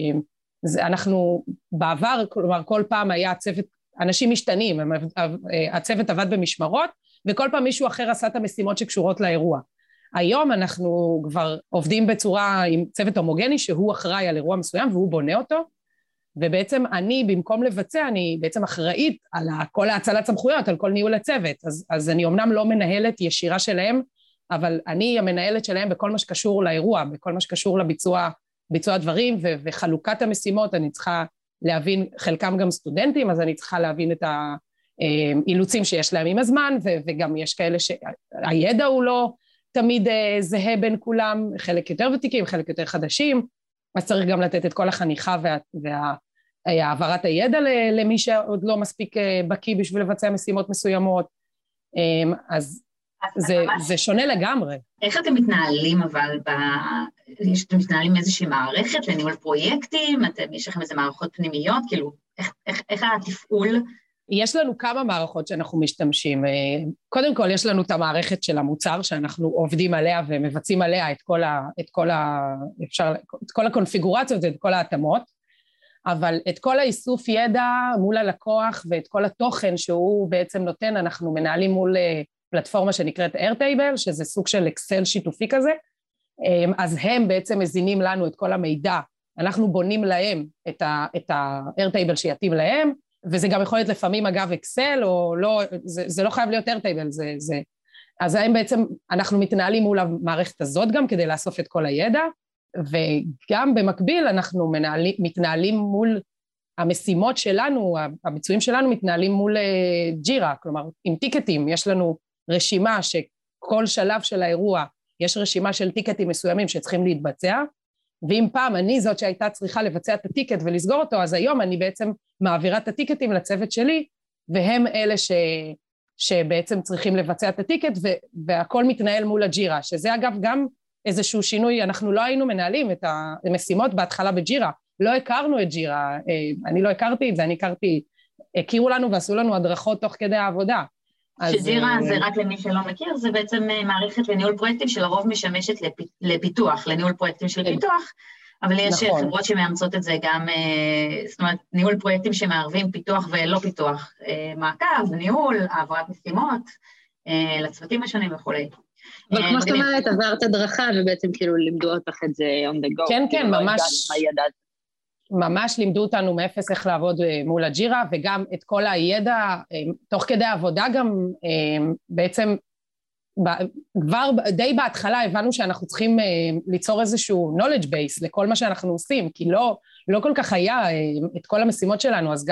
אנחנו בעבר, כלומר כל פעם היה צוות, אנשים משתנים, הצוות עבד במשמרות, וכל פעם מישהו אחר עשה את המשימות שקשורות לאירוע. היום אנחנו כבר עובדים בצורה עם צוות הומוגני, שהוא אחראי על אירוע מסוים והוא בונה אותו, ובעצם אני במקום לבצע, אני בעצם אחראית על כל ההצלת סמכויות, על כל ניהול הצוות, אז, אז אני אומנם לא מנהלת ישירה שלהם, אבל אני המנהלת שלהם בכל מה שקשור לאירוע, בכל מה שקשור לביצוע, ביצוע דברים ו- וחלוקת המשימות, אני צריכה להבין, חלקם גם סטודנטים, אז אני צריכה להבין את האילוצים שיש להם עם הזמן, ו- וגם יש כאלה שהידע הוא לא תמיד זהה בין כולם, חלק יותר ותיקים, חלק יותר חדשים, אז צריך גם לתת את כל החניכה והעברת וה, הידע למי שעוד לא מספיק בקיא בשביל לבצע משימות מסוימות, אז זה, זה שונה לגמרי. איך אתם מתנהלים אבל, ב... אתם מתנהלים איזושהי מערכת לניהול פרויקטים, אתם, יש לכם איזה מערכות פנימיות, כאילו, איך, איך, איך התפעול? יש לנו כמה מערכות שאנחנו משתמשים, קודם כל יש לנו את המערכת של המוצר, שאנחנו עובדים עליה ומבצעים עליה את כל, ה, את כל, ה, אפשר, את כל הקונפיגורציות ואת כל ההתאמות, אבל את כל האיסוף ידע מול הלקוח ואת כל התוכן שהוא בעצם נותן, אנחנו מנהלים מול פלטפורמה שנקראת Airtable, שזה סוג של אקסל שיתופי כזה, אז הם בעצם מזינים לנו את כל המידע, אנחנו בונים להם את ה-Airtable שיתאים להם, וזה גם יכול להיות לפעמים אגב אקסל, או לא, זה, זה לא חייב להיות Airtable, זה, זה, אז הם בעצם, אנחנו מתנהלים מול המערכת הזאת גם כדי לאסוף את כל הידע, וגם במקביל אנחנו מנהלים, מתנהלים מול המשימות שלנו, הביצועים שלנו מתנהלים מול ג'ירה, כלומר עם טיקטים, יש לנו רשימה שכל שלב של האירוע, יש רשימה של טיקטים מסוימים שצריכים להתבצע, ואם פעם אני זאת שהייתה צריכה לבצע את הטיקט ולסגור אותו, אז היום אני בעצם מעבירה את הטיקטים לצוות שלי, והם אלה ש, שבעצם צריכים לבצע את הטיקט, והכל מתנהל מול הג'ירה, שזה אגב גם איזשהו שינוי, אנחנו לא היינו מנהלים את המשימות בהתחלה בג'ירה, לא הכרנו את ג'ירה, אני לא הכרתי את זה, אני הכרתי, הכירו לנו ועשו לנו הדרכות תוך כדי העבודה. שג'ירה זה רק למי שלא מכיר, זה בעצם מערכת לניהול פרויקטים שלרוב משמשת לפיתוח, לניהול פרויקטים של פיתוח, אבל יש נכון. חברות שמאמצות את זה גם, זאת אומרת, ניהול פרויקטים שמערבים פיתוח ולא פיתוח, מעקב, ניהול, העברת משימות, לצוותים השונים וכו'. אבל כמו זאת אומרת, עברת הדרכה ובעצם כאילו לימדו אותך את זה on the go. כן, כן, ממש, ממש לימדו אותנו מאפס איך לעבוד מול הג'ירה, וגם את כל הידע, תוך כדי העבודה גם בעצם, כבר די בהתחלה הבנו שאנחנו צריכים ליצור איזשהו knowledge base לכל מה שאנחנו עושים, כי לא, לא כל כך היה את כל המשימות שלנו, אז גם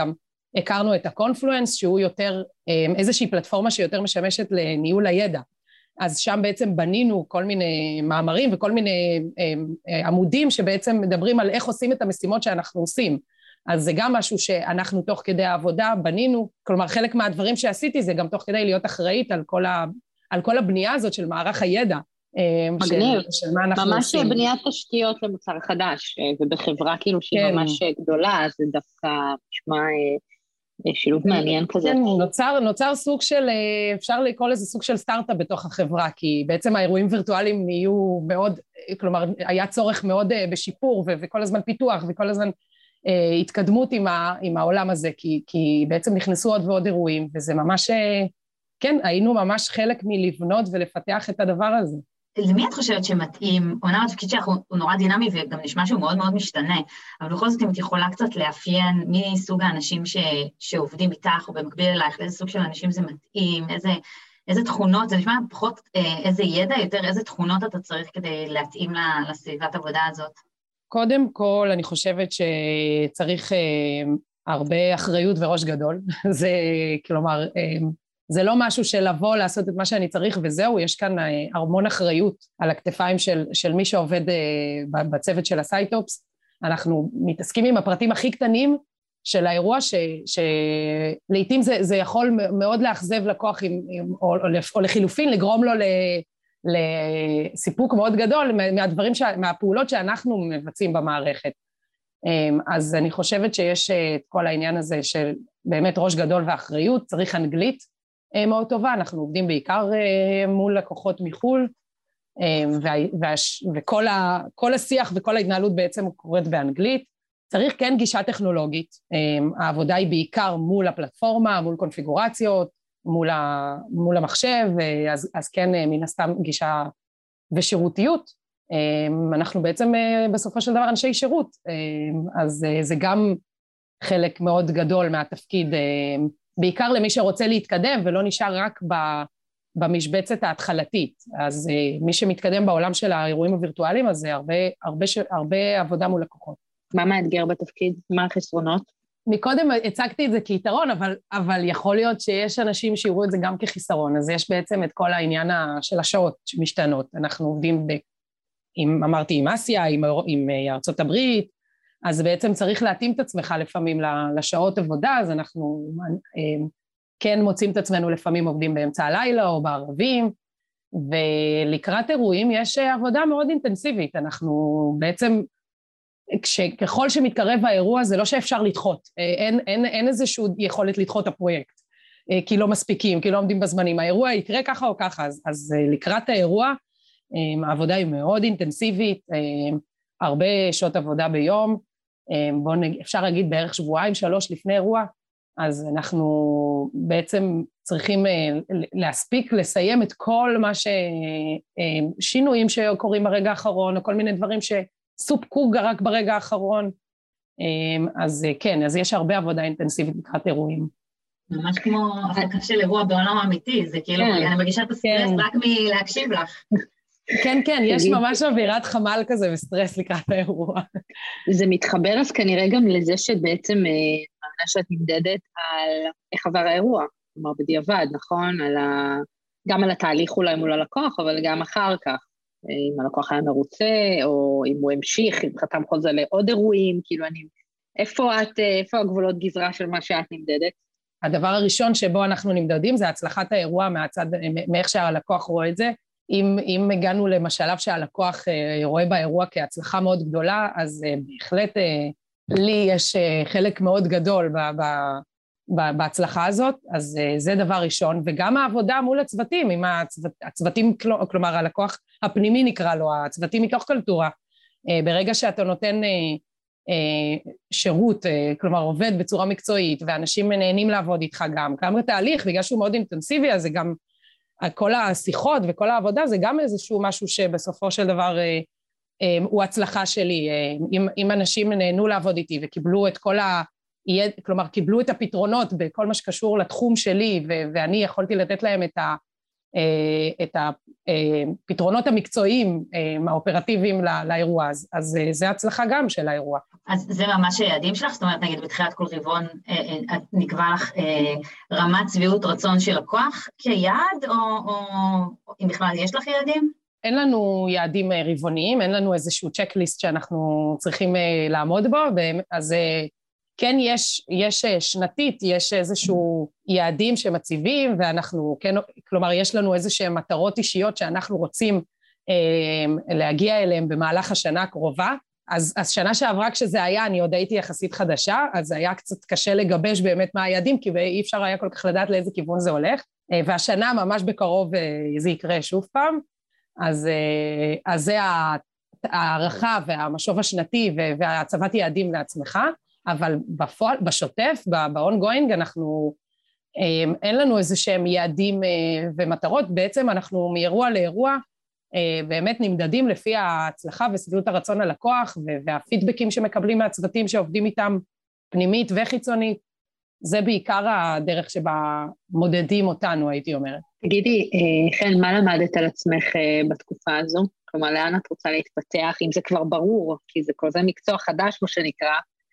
הכרנו את הקונפלואנס, שהוא יותר, איזושהי פלטפורמה שיותר משמשת לניהול הידע. אז שם בעצם בנינו כל מיני מאמרים וכל מיני עמודים שבעצם מדברים על איך עושים את המשימות שאנחנו עושים. אז זה גם משהו שאנחנו תוך כדי העבודה בנינו, כלומר חלק מהדברים שעשיתי זה גם תוך כדי להיות אחראית על כל, ה, על כל הבנייה הזאת של מערך הידע. מגניב, של, של מה אנחנו ממש עושים. בניית תשתיות למוצר חדש, ובחברה כאילו שהיא כן. ממש גדולה, זה דווקא נשמע שילוב מעניין כזה. כן, נוצר, נוצר סוג של, אפשר לקרוא לזה סוג של סטארט-אפ בתוך החברה, כי בעצם האירועים וירטואליים נהיו מאוד, כלומר היה צורך מאוד בשיפור ו- וכל הזמן פיתוח וכל הזמן אה, התקדמות עם, ה- עם העולם הזה, כי, כי בעצם נכנסו עוד ועוד אירועים, וזה ממש, אה, כן, היינו ממש חלק מלבנות ולפתח את הדבר הזה. למי את חושבת שמתאים, אומנם התפקיד שלך הוא נורא דינמי וגם נשמע שהוא מאוד מאוד משתנה, אבל בכל זאת אם את יכולה קצת לאפיין מי סוג האנשים ש, שעובדים איתך או במקביל אלייך, לאיזה סוג של אנשים זה מתאים, איזה, איזה תכונות, זה נשמע פחות איזה ידע, יותר איזה תכונות אתה צריך כדי להתאים לסביבת עבודה הזאת? קודם כל אני חושבת שצריך אה, הרבה אחריות וראש גדול, זה כלומר, אה, זה לא משהו של לבוא לעשות את מה שאני צריך וזהו, יש כאן המון אחריות על הכתפיים של, של מי שעובד בצוות של הסייטופס, אנחנו מתעסקים עם הפרטים הכי קטנים של האירוע, שלעיתים זה, זה יכול מאוד לאכזב לקוח, עם, או, או לחילופין, לגרום לו לסיפוק מאוד גדול מהדברים, מהפעולות שאנחנו מבצעים במערכת. אז אני חושבת שיש את כל העניין הזה של באמת ראש גדול ואחריות, צריך אנגלית, מאוד טובה, אנחנו עובדים בעיקר מול לקוחות מחול, וכל ה, כל השיח וכל ההתנהלות בעצם קורית באנגלית, צריך כן גישה טכנולוגית, העבודה היא בעיקר מול הפלטפורמה, מול קונפיגורציות, מול, ה, מול המחשב, אז, אז כן מן הסתם גישה ושירותיות, אנחנו בעצם בסופו של דבר אנשי שירות, אז זה גם חלק מאוד גדול מהתפקיד, בעיקר למי שרוצה להתקדם ולא נשאר רק במשבצת ההתחלתית. אז מי שמתקדם בעולם של האירועים הווירטואליים, אז זה הרבה, הרבה, הרבה עבודה מול לקוחות. מה מאתגר בתפקיד? מה החסרונות? מקודם הצגתי את זה כיתרון, אבל, אבל יכול להיות שיש אנשים שיראו את זה גם כחיסרון. אז יש בעצם את כל העניין של השעות שמשתנות. אנחנו עובדים, ב, עם, אמרתי, עם אסיה, עם, עם ארצות הברית, אז בעצם צריך להתאים את עצמך לפעמים לשעות עבודה, אז אנחנו כן מוצאים את עצמנו לפעמים עובדים באמצע הלילה או בערבים, ולקראת אירועים יש עבודה מאוד אינטנסיבית, אנחנו בעצם, ככל שמתקרב האירוע זה לא שאפשר לדחות, אין, אין, אין איזושהי יכולת לדחות הפרויקט, כי לא מספיקים, כי לא עומדים בזמנים, האירוע יקרה ככה או ככה, אז, אז לקראת האירוע העבודה היא מאוד אינטנסיבית, הרבה שעות עבודה ביום, בואו נגיד, אפשר להגיד בערך שבועיים, שלוש לפני אירוע, אז אנחנו בעצם צריכים להספיק, לסיים את כל מה ש... שינויים שקורים ברגע האחרון, או כל מיני דברים שסופקו רק ברגע האחרון, אז כן, אז יש הרבה עבודה אינטנסיבית לקראת אירועים. ממש כמו הפקה של אירוע בעולם האמיתי, זה כאילו, אני מגישה את הסטרס רק מלהקשיב לך. כן, כן, יש ממש אווירת חמל כזה וסטרס לקראת האירוע. זה מתחבר אז כנראה גם לזה שבעצם מאמינה שאת נמדדת על איך עבר האירוע, כלומר בדיעבד, נכון? על ה... גם על התהליך אולי מול הלקוח, אבל גם אחר כך, אם הלקוח היה מרוצה, או אם הוא המשיך, אם חתם חוזה לעוד אירועים, כאילו אני... איפה את, איפה הגבולות גזרה של מה שאת נמדדת? הדבר הראשון שבו אנחנו נמדדים זה הצלחת האירוע מהצד, מאיך שהלקוח רואה את זה, אם, אם הגענו למשלב שהלקוח רואה באירוע כהצלחה מאוד גדולה, אז בהחלט לי יש חלק מאוד גדול ב, ב, ב, בהצלחה הזאת, אז זה דבר ראשון, וגם העבודה מול הצוותים, עם הצוות, הצוותים, כלומר הלקוח הפנימי נקרא לו, הצוותים מתוך קלטורה, ברגע שאתה נותן שירות, כלומר עובד בצורה מקצועית, ואנשים נהנים לעבוד איתך גם, גם בתהליך, בגלל שהוא מאוד אינטנסיבי, אז זה גם כל השיחות וכל העבודה זה גם איזשהו משהו שבסופו של דבר אה, אה, הוא הצלחה שלי, אה, אם, אם אנשים נהנו לעבוד איתי וקיבלו את כל ה... כלומר קיבלו את הפתרונות בכל מה שקשור לתחום שלי ו- ואני יכולתי לתת להם את, ה- את הפתרונות המקצועיים האופרטיביים לאירוע, אז זה הצלחה גם של האירוע. אז זה ממש היעדים שלך? זאת אומרת, נגיד בתחילת כל רבעון נקבע לך רמת שביעות רצון של לקוח כיעד, או אם בכלל יש לך יעדים? אין לנו יעדים רבעוניים, אין לנו איזשהו צ'קליסט שאנחנו צריכים לעמוד בו, אז כן יש, יש שנתית, יש איזשהו יעדים שמציבים, ואנחנו, כן, כלומר, יש לנו איזשהם מטרות אישיות שאנחנו רוצים אה, להגיע אליהם במהלך השנה הקרובה, אז, אז שנה שעברה כשזה היה, אני עוד הייתי יחסית חדשה, אז היה קצת קשה לגבש באמת מה היעדים, כי אי אפשר היה כל כך לדעת לאיזה כיוון זה הולך, אה, והשנה ממש בקרוב אה, זה יקרה שוב פעם, אז, אה, אז זה הערכה והמשוב השנתי והצבת יעדים לעצמך, אבל בפועל, בשוטף, ב-ongoing, אנחנו, אין לנו איזה שהם יעדים ומטרות, בעצם אנחנו מאירוע לאירוע, באמת נמדדים לפי ההצלחה ושביעות הרצון הלקוח, והפידבקים שמקבלים מהצוותים שעובדים איתם פנימית וחיצונית, זה בעיקר הדרך שבה מודדים אותנו, הייתי אומרת. תגידי, חן, מה למדת על עצמך בתקופה הזו? כלומר, לאן את רוצה להתפתח, אם זה כבר ברור, כי זה כל זה מקצוע חדש, כמו שנקרא,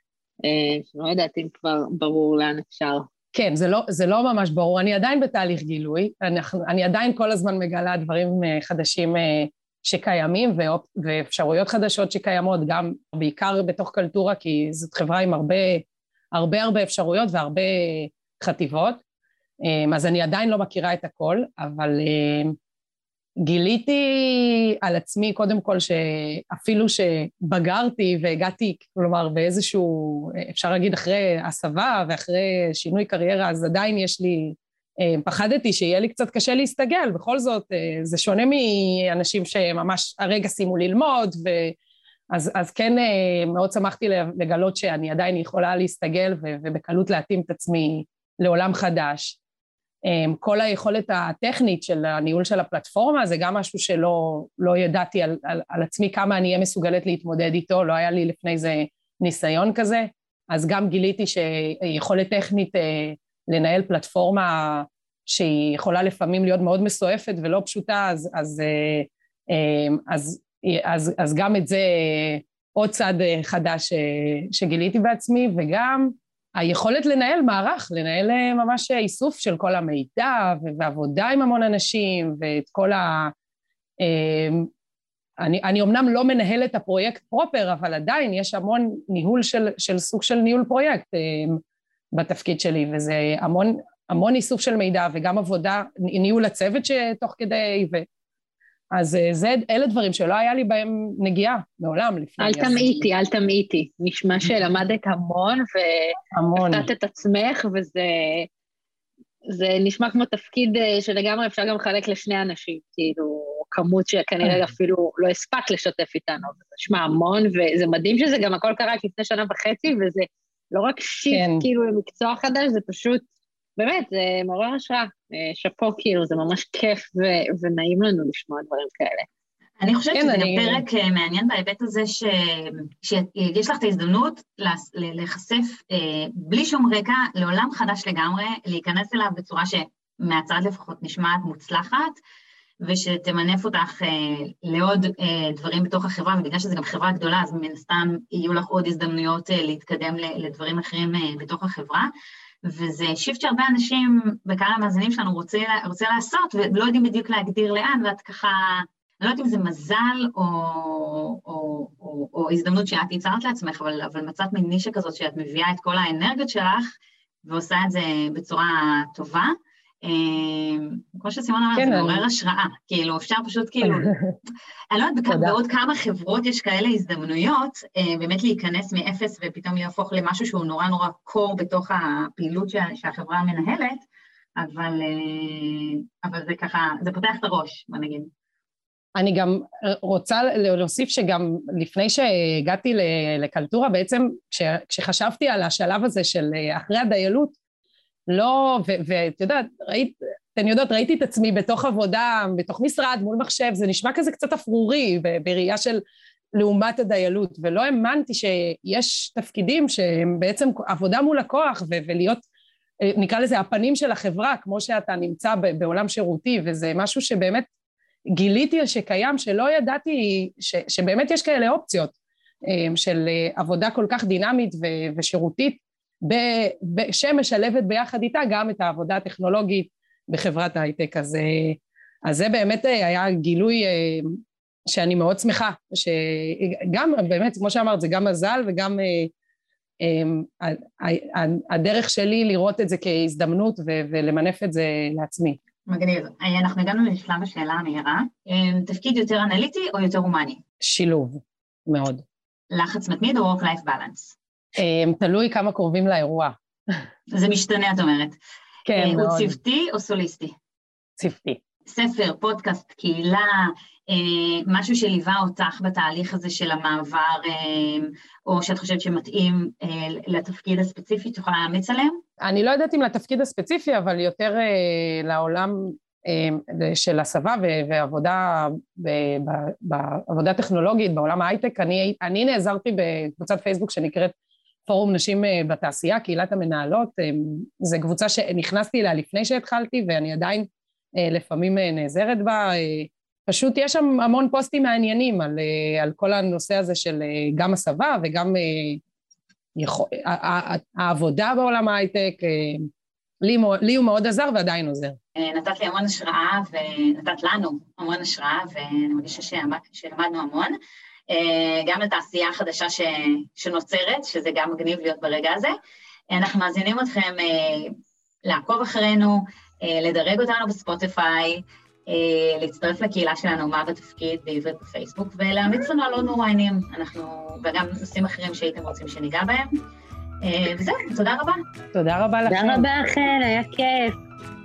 לא יודעת אם כבר ברור לאן אפשר. כן, זה לא, זה לא ממש ברור, אני עדיין בתהליך גילוי, אני, אני עדיין כל הזמן מגלה דברים חדשים שקיימים, ואפשרויות חדשות שקיימות, גם בעיקר בתוך קלטורה, כי זאת חברה עם הרבה, הרבה הרבה אפשרויות והרבה חטיבות, אז אני עדיין לא מכירה את הכל, אבל גיליתי על עצמי קודם כל שאפילו שבגרתי והגעתי, כלומר באיזשהו, אפשר להגיד אחרי הסבה ואחרי שינוי קריירה, אז עדיין יש לי, פחדתי שיהיה לי קצת קשה להסתגל, בכל זאת זה שונה מאנשים שממש הרגע שימו ללמוד, ואז, אז כן מאוד שמחתי לגלות שאני עדיין יכולה להסתגל ובקלות להתאים את עצמי לעולם חדש. כל היכולת הטכנית של הניהול של הפלטפורמה, זה גם משהו שלא לא ידעתי על, על, על עצמי כמה אני אהיה מסוגלת להתמודד איתו, לא היה לי לפני זה ניסיון כזה, אז גם גיליתי שיכולת טכנית לנהל פלטפורמה שהיא יכולה לפעמים להיות מאוד מסועפת ולא פשוטה, אז, אז, אז, אז, אז גם את זה עוד צד חדש שגיליתי בעצמי, וגם היכולת לנהל מערך, לנהל ממש איסוף של כל המידע, ועבודה עם המון אנשים, ואת כל ה... אני, אני אמנם לא מנהל את הפרויקט פרופר, אבל עדיין יש המון ניהול של, של סוג של ניהול פרויקט בתפקיד שלי, וזה המון, המון איסוף של מידע, וגם עבודה, ניהול הצוות שתוך כדי, ו... אז זה, אלה דברים שלא היה לי בהם נגיעה מעולם לפני. אל תמעיתי, אל תמעיתי. נשמע שלמדת המון, והפתעת את עצמך, וזה זה נשמע כמו תפקיד שלגמרי אפשר גם לחלק לשני אנשים, כאילו, כמות שכנראה אפילו לא הספק לשתף איתנו, זה נשמע המון, וזה מדהים שזה גם הכל קרה לפני שנה וחצי, וזה לא רק שיפט כאילו למקצוע חדש, זה פשוט, באמת, זה מעורר השראה, שפו כאילו, זה ממש כיף ו- ונעים לנו לשמוע דברים כאלה. אני חושבת כן, שזה אני... גם פרק מעניין בהיבט הזה, ש... שיש לך את ההזדמנות להיחשף בלי שום רקע לעולם חדש לגמרי, להיכנס אליו בצורה שמהצד לפחות נשמעת מוצלחת, ושתמנף אותך לעוד דברים בתוך החברה, ובגלל שזה גם חברה גדולה, אז מן הסתם יהיו לך עוד הזדמנויות להתקדם לדברים אחרים בתוך החברה, וזה שיפט שהרבה אנשים בקהל המאזינים שלנו רוצה, רוצה לעשות, ולא יודעים בדיוק להגדיר לאן, ואת ככה, אני לא יודעת אם זה מזל או, או, או, או הזדמנות שאת ייצרת לעצמך, אבל, אבל מצאת מין נישה כזאת שאת מביאה את כל האנרגיות שלך, ועושה את זה בצורה טובה. כמו שסימון אמר, זה מעורר השראה, כאילו אפשר פשוט כאילו, אני לא יודעת, בעוד כמה חברות יש כאלה הזדמנויות, באמת להיכנס מאפס ופתאום יהפוך למשהו שהוא נורא נורא קור בתוך הפעילות שהחברה מנהלת, אבל, אבל זה ככה, זה פותח את הראש, בוא נגיד. אני גם רוצה להוסיף שגם לפני שהגעתי לקלטורה, בעצם כשחשבתי על השלב הזה של אחרי הדיילות, לא, ואת יודעת, ראית, אתן יודעות, ראיתי את עצמי בתוך עבודה, בתוך משרד, מול מחשב, זה נשמע כזה קצת אפרורי, בראייה של לעומת הדיילות, ולא האמנתי שיש תפקידים שהם בעצם עבודה מול לקוח, ולהיות נקרא לזה הפנים של החברה, כמו שאתה נמצא בעולם שירותי, וזה משהו שבאמת גיליתי שקיים, שלא ידעתי, ש, שבאמת יש כאלה אופציות של עבודה כל כך דינמית ושירותית, שמשלבת ביחד איתה גם את העבודה הטכנולוגית בחברת ההייטק. אז, אז זה באמת היה גילוי שאני מאוד שמחה, שגם באמת, כמו שאמרת, זה גם מזל וגם הדרך שלי לראות את זה כהזדמנות ולמנף את זה לעצמי. מגניב. אנחנו הגענו לשלב השאלה המהירה. תפקיד יותר אנליטי או יותר הומני? שילוב, מאוד. לחץ מתמיד או work-life balance? תלוי כמה קרובים לאירוע. זה משתנה, את אומרת. כן, מאוד. הוא צוותי או סוליסטי? צוותי. ספר, פודקאסט, קהילה, משהו שליווה אותך בתהליך הזה של המעבר, או שאת חושבת שמתאים לתפקיד הספציפי, את יכולה לאמץ עליהם? אני לא יודעת אם לתפקיד הספציפי, אבל יותר לעולם של הסבה ועבודה, בעבודה טכנולוגית, בעולם ההייטק. אני, אני נעזרתי בקבוצת פייסבוק שנקראת פורום נשים בתעשייה, קהילת המנהלות. זו קבוצה שנכנסתי אליה לפני שהתחלתי, ואני עדיין לפעמים נעזרת בה. פשוט יש שם המון פוסטים מעניינים על, על כל הנושא הזה של גם הסבה וגם יכול, העבודה בעולם ההייטק. לי, לי הוא מאוד עזר ועדיין עוזר. נתת לי המון השראה ונתת לנו המון השראה, ואני מרגישה שלמדנו המון. גם לתעשייה החדשה ש, שנוצרת, שזה גם מגניב להיות ברגע הזה. אנחנו מאזינים אתכם לעקוב אחרינו, לדרג אותנו בספוטיפיי, להצטרף לקהילה שלנו מה בתפקיד בעברית בפייסבוק, ולהמיץ לנו על עוד מרואיינים, אנחנו, וגם נושאים אחרים שהייתם רוצים שניגע בהם. וזהו, תודה רבה. תודה רבה לכם. תודה רבה לכם, היה כיף.